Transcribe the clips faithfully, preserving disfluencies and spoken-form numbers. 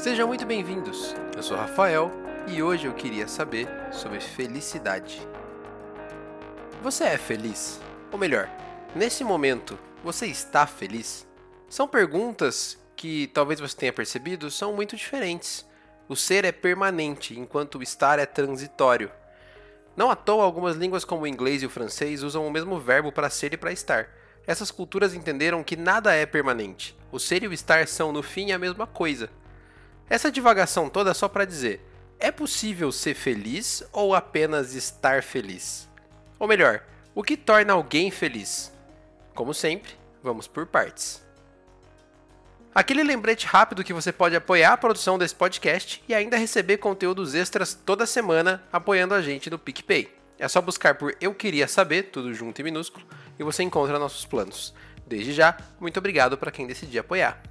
Sejam muito bem-vindos, eu sou Rafael e hoje eu queria saber sobre felicidade. Você é feliz? Ou melhor, nesse momento, você está feliz? São perguntas que, talvez você tenha percebido, são muito diferentes. O ser é permanente, enquanto o estar é transitório. Não à toa, algumas línguas como o inglês e o francês usam o mesmo verbo para ser e para estar. Essas culturas entenderam que nada é permanente. O ser e o estar são, no fim, a mesma coisa. Essa divagação toda é só para dizer, é possível ser feliz ou apenas estar feliz? Ou melhor, o que torna alguém feliz? Como sempre, vamos por partes. Aquele lembrete rápido que você pode apoiar a produção desse podcast e ainda receber conteúdos extras toda semana apoiando a gente no PicPay. É só buscar por Eu Queria Saber, tudo junto e minúsculo, e você encontra nossos planos. Desde já, muito obrigado para quem decidir apoiar.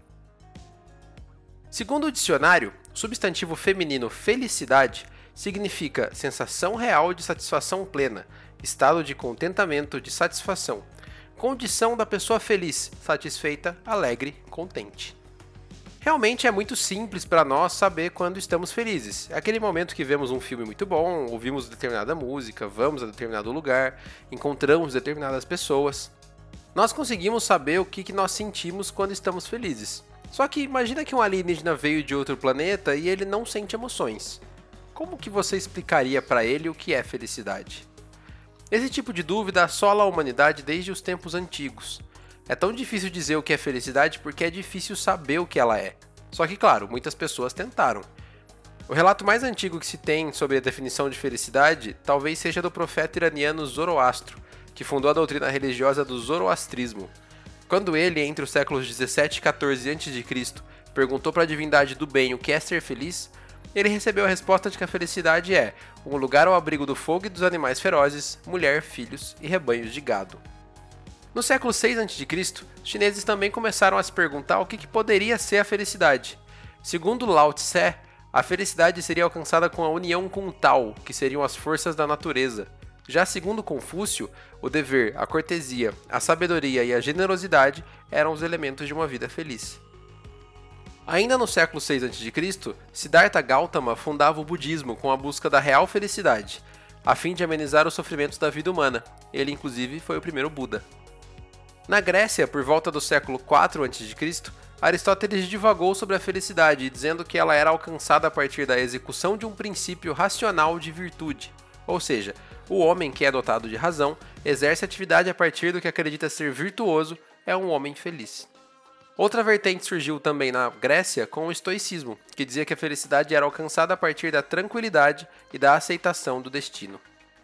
Segundo o dicionário, o substantivo feminino felicidade significa sensação real de satisfação plena, estado de contentamento, de satisfação, condição da pessoa feliz, satisfeita, alegre, contente. Realmente é muito simples para nós saber quando estamos felizes. É aquele momento que vemos um filme muito bom, ouvimos determinada música, vamos a determinado lugar, encontramos determinadas pessoas. Nós conseguimos saber o que nós sentimos quando estamos felizes. Só que imagina que um alienígena veio de outro planeta e ele não sente emoções. Como que você explicaria para ele o que é felicidade? Esse tipo de dúvida assola a humanidade desde os tempos antigos. É tão difícil dizer o que é felicidade porque é difícil saber o que ela é. Só que, claro, muitas pessoas tentaram. O relato mais antigo que se tem sobre a definição de felicidade talvez seja do profeta iraniano Zoroastro, que fundou a doutrina religiosa do zoroastrismo. Quando ele, entre os séculos dezessete e quatorze antes de Cristo, perguntou para a divindade do bem o que é ser feliz, ele recebeu a resposta de que a felicidade é um lugar ao abrigo do fogo e dos animais ferozes, mulher, filhos e rebanhos de gado. No século seis antes de Cristo, os chineses também começaram a se perguntar o que, que poderia ser a felicidade. Segundo Lao Tse, a felicidade seria alcançada com a união com o Tao, que seriam as forças da natureza. Já segundo Confúcio, o dever, a cortesia, a sabedoria e a generosidade eram os elementos de uma vida feliz. Ainda no século seis antes de Cristo, Siddhartha Gautama fundava o budismo com a busca da real felicidade, a fim de amenizar os sofrimentos da vida humana. Ele, inclusive, foi o primeiro Buda. Na Grécia, por volta do século quatro antes de Cristo, Aristóteles divagou sobre a felicidade, dizendo que ela era alcançada a partir da execução de um princípio racional de virtude, ou seja, o homem que é dotado de razão, exerce atividade a partir do que acredita ser virtuoso, é um homem feliz. Outra vertente surgiu também na Grécia com o estoicismo, que dizia que a felicidade era alcançada a partir da tranquilidade e da aceitação do destino.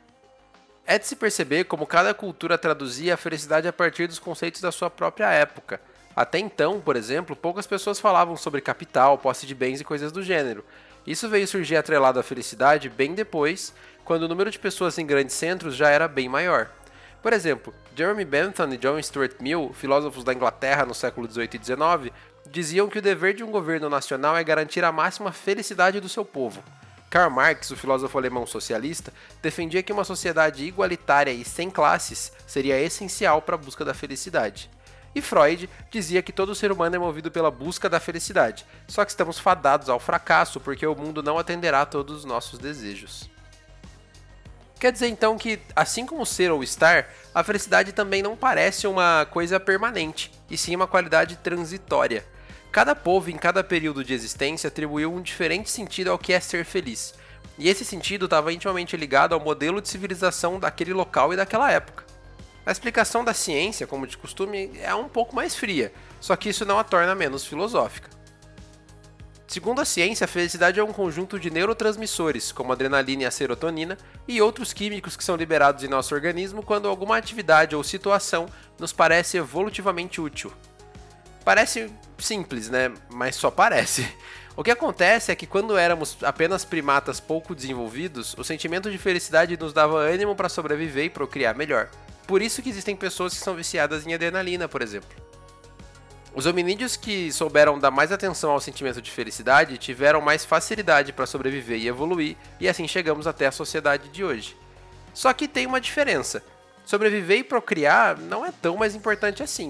É de se perceber como cada cultura traduzia a felicidade a partir dos conceitos da sua própria época. Até então, por exemplo, poucas pessoas falavam sobre capital, posse de bens e coisas do gênero. Isso veio surgir atrelado à felicidade bem depois, quando o número de pessoas em grandes centros já era bem maior. Por exemplo, Jeremy Bentham e John Stuart Mill, filósofos da Inglaterra no século dezoito e dezenove, diziam que o dever de um governo nacional é garantir a máxima felicidade do seu povo. Karl Marx, o filósofo alemão socialista, defendia que uma sociedade igualitária e sem classes seria essencial para a busca da felicidade. E Freud dizia que todo ser humano é movido pela busca da felicidade, só que estamos fadados ao fracasso porque o mundo não atenderá a todos os nossos desejos. Quer dizer então que, assim como ser ou estar, a felicidade também não parece uma coisa permanente, e sim uma qualidade transitória. Cada povo em cada período de existência atribuiu um diferente sentido ao que é ser feliz, e esse sentido estava intimamente ligado ao modelo de civilização daquele local e daquela época. A explicação da ciência, como de costume, é um pouco mais fria, só que isso não a torna menos filosófica. Segundo a ciência, a felicidade é um conjunto de neurotransmissores, como a adrenalina e a serotonina, e outros químicos que são liberados em nosso organismo quando alguma atividade ou situação nos parece evolutivamente útil. Parece simples, né? Mas só parece. O que acontece é que quando éramos apenas primatas pouco desenvolvidos, o sentimento de felicidade nos dava ânimo para sobreviver e procriar melhor. Por isso que existem pessoas que são viciadas em adrenalina, por exemplo. Os hominídeos que souberam dar mais atenção ao sentimento de felicidade tiveram mais facilidade para sobreviver e evoluir, e assim chegamos até a sociedade de hoje. Só que tem uma diferença. Sobreviver e procriar não é tão mais importante assim.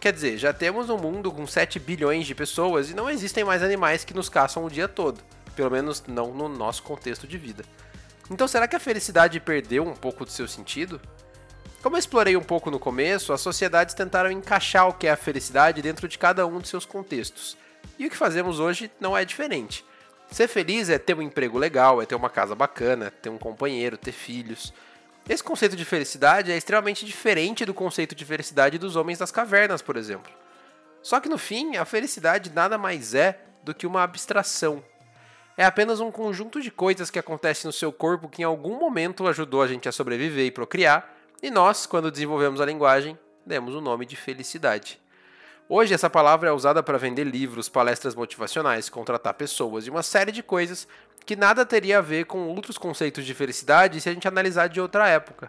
Quer dizer, já temos um mundo com sete bilhões de pessoas e não existem mais animais que nos caçam o dia todo. Pelo menos não no nosso contexto de vida. Então será que a felicidade perdeu um pouco do seu sentido? Como eu explorei um pouco no começo, as sociedades tentaram encaixar o que é a felicidade dentro de cada um de seus contextos. E o que fazemos hoje não é diferente. Ser feliz é ter um emprego legal, é ter uma casa bacana, ter um companheiro, ter filhos. Esse conceito de felicidade é extremamente diferente do conceito de felicidade dos homens das cavernas, por exemplo. Só que no fim, a felicidade nada mais é do que uma abstração. É apenas um conjunto de coisas que acontecem no seu corpo que em algum momento ajudou a gente a sobreviver e procriar, e nós, quando desenvolvemos a linguagem, demos o nome de felicidade. Hoje essa palavra é usada para vender livros, palestras motivacionais, contratar pessoas e uma série de coisas que nada teria a ver com outros conceitos de felicidade se a gente analisar de outra época.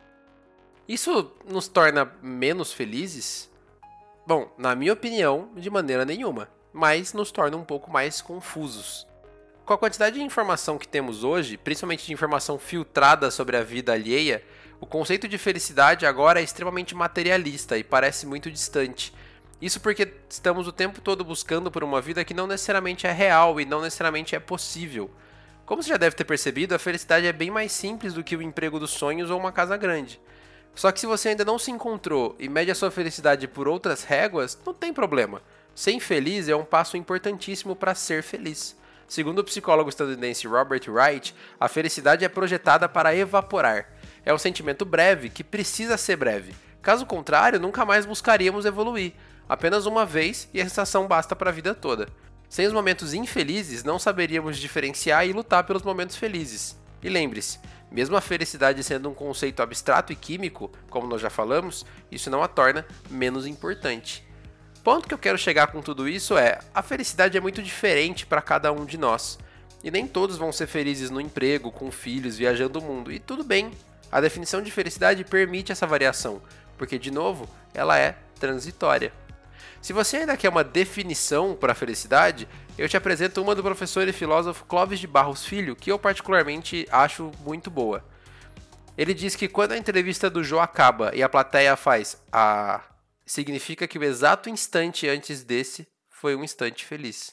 Isso nos torna menos felizes? Bom, na minha opinião, de maneira nenhuma, mas nos torna um pouco mais confusos. Com a quantidade de informação que temos hoje, principalmente de informação filtrada sobre a vida alheia, o conceito de felicidade agora é extremamente materialista e parece muito distante. Isso porque estamos o tempo todo buscando por uma vida que não necessariamente é real e não necessariamente é possível. Como você já deve ter percebido, a felicidade é bem mais simples do que o emprego dos sonhos ou uma casa grande. Só que se você ainda não se encontrou e mede a sua felicidade por outras réguas, não tem problema. Ser infeliz é um passo importantíssimo para ser feliz. Segundo o psicólogo estadunidense Robert Wright, a felicidade é projetada para evaporar. É um sentimento breve que precisa ser breve. Caso contrário, nunca mais buscaríamos evoluir. Apenas uma vez e a sensação basta para a vida toda. Sem os momentos infelizes, não saberíamos diferenciar e lutar pelos momentos felizes. E lembre-se, mesmo a felicidade sendo um conceito abstrato e químico, como nós já falamos, isso não a torna menos importante. O ponto que eu quero chegar com tudo isso é, a felicidade é muito diferente para cada um de nós. E nem todos vão ser felizes no emprego, com filhos, viajando o mundo. E tudo bem, a definição de felicidade permite essa variação, porque, de novo, ela é transitória. Se você ainda quer uma definição para a felicidade, eu te apresento uma do professor e filósofo Clóvis de Barros Filho, que eu particularmente acho muito boa. Ele diz que quando a entrevista do Jô acaba e a plateia faz a... significa que o exato instante antes desse foi um instante feliz.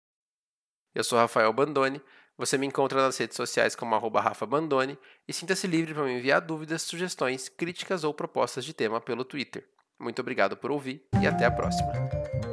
Eu sou Rafael Bandone, você me encontra nas redes sociais como arroba Rafa Bandone e sinta-se livre para me enviar dúvidas, sugestões, críticas ou propostas de tema pelo Twitter. Muito obrigado por ouvir e até a próxima.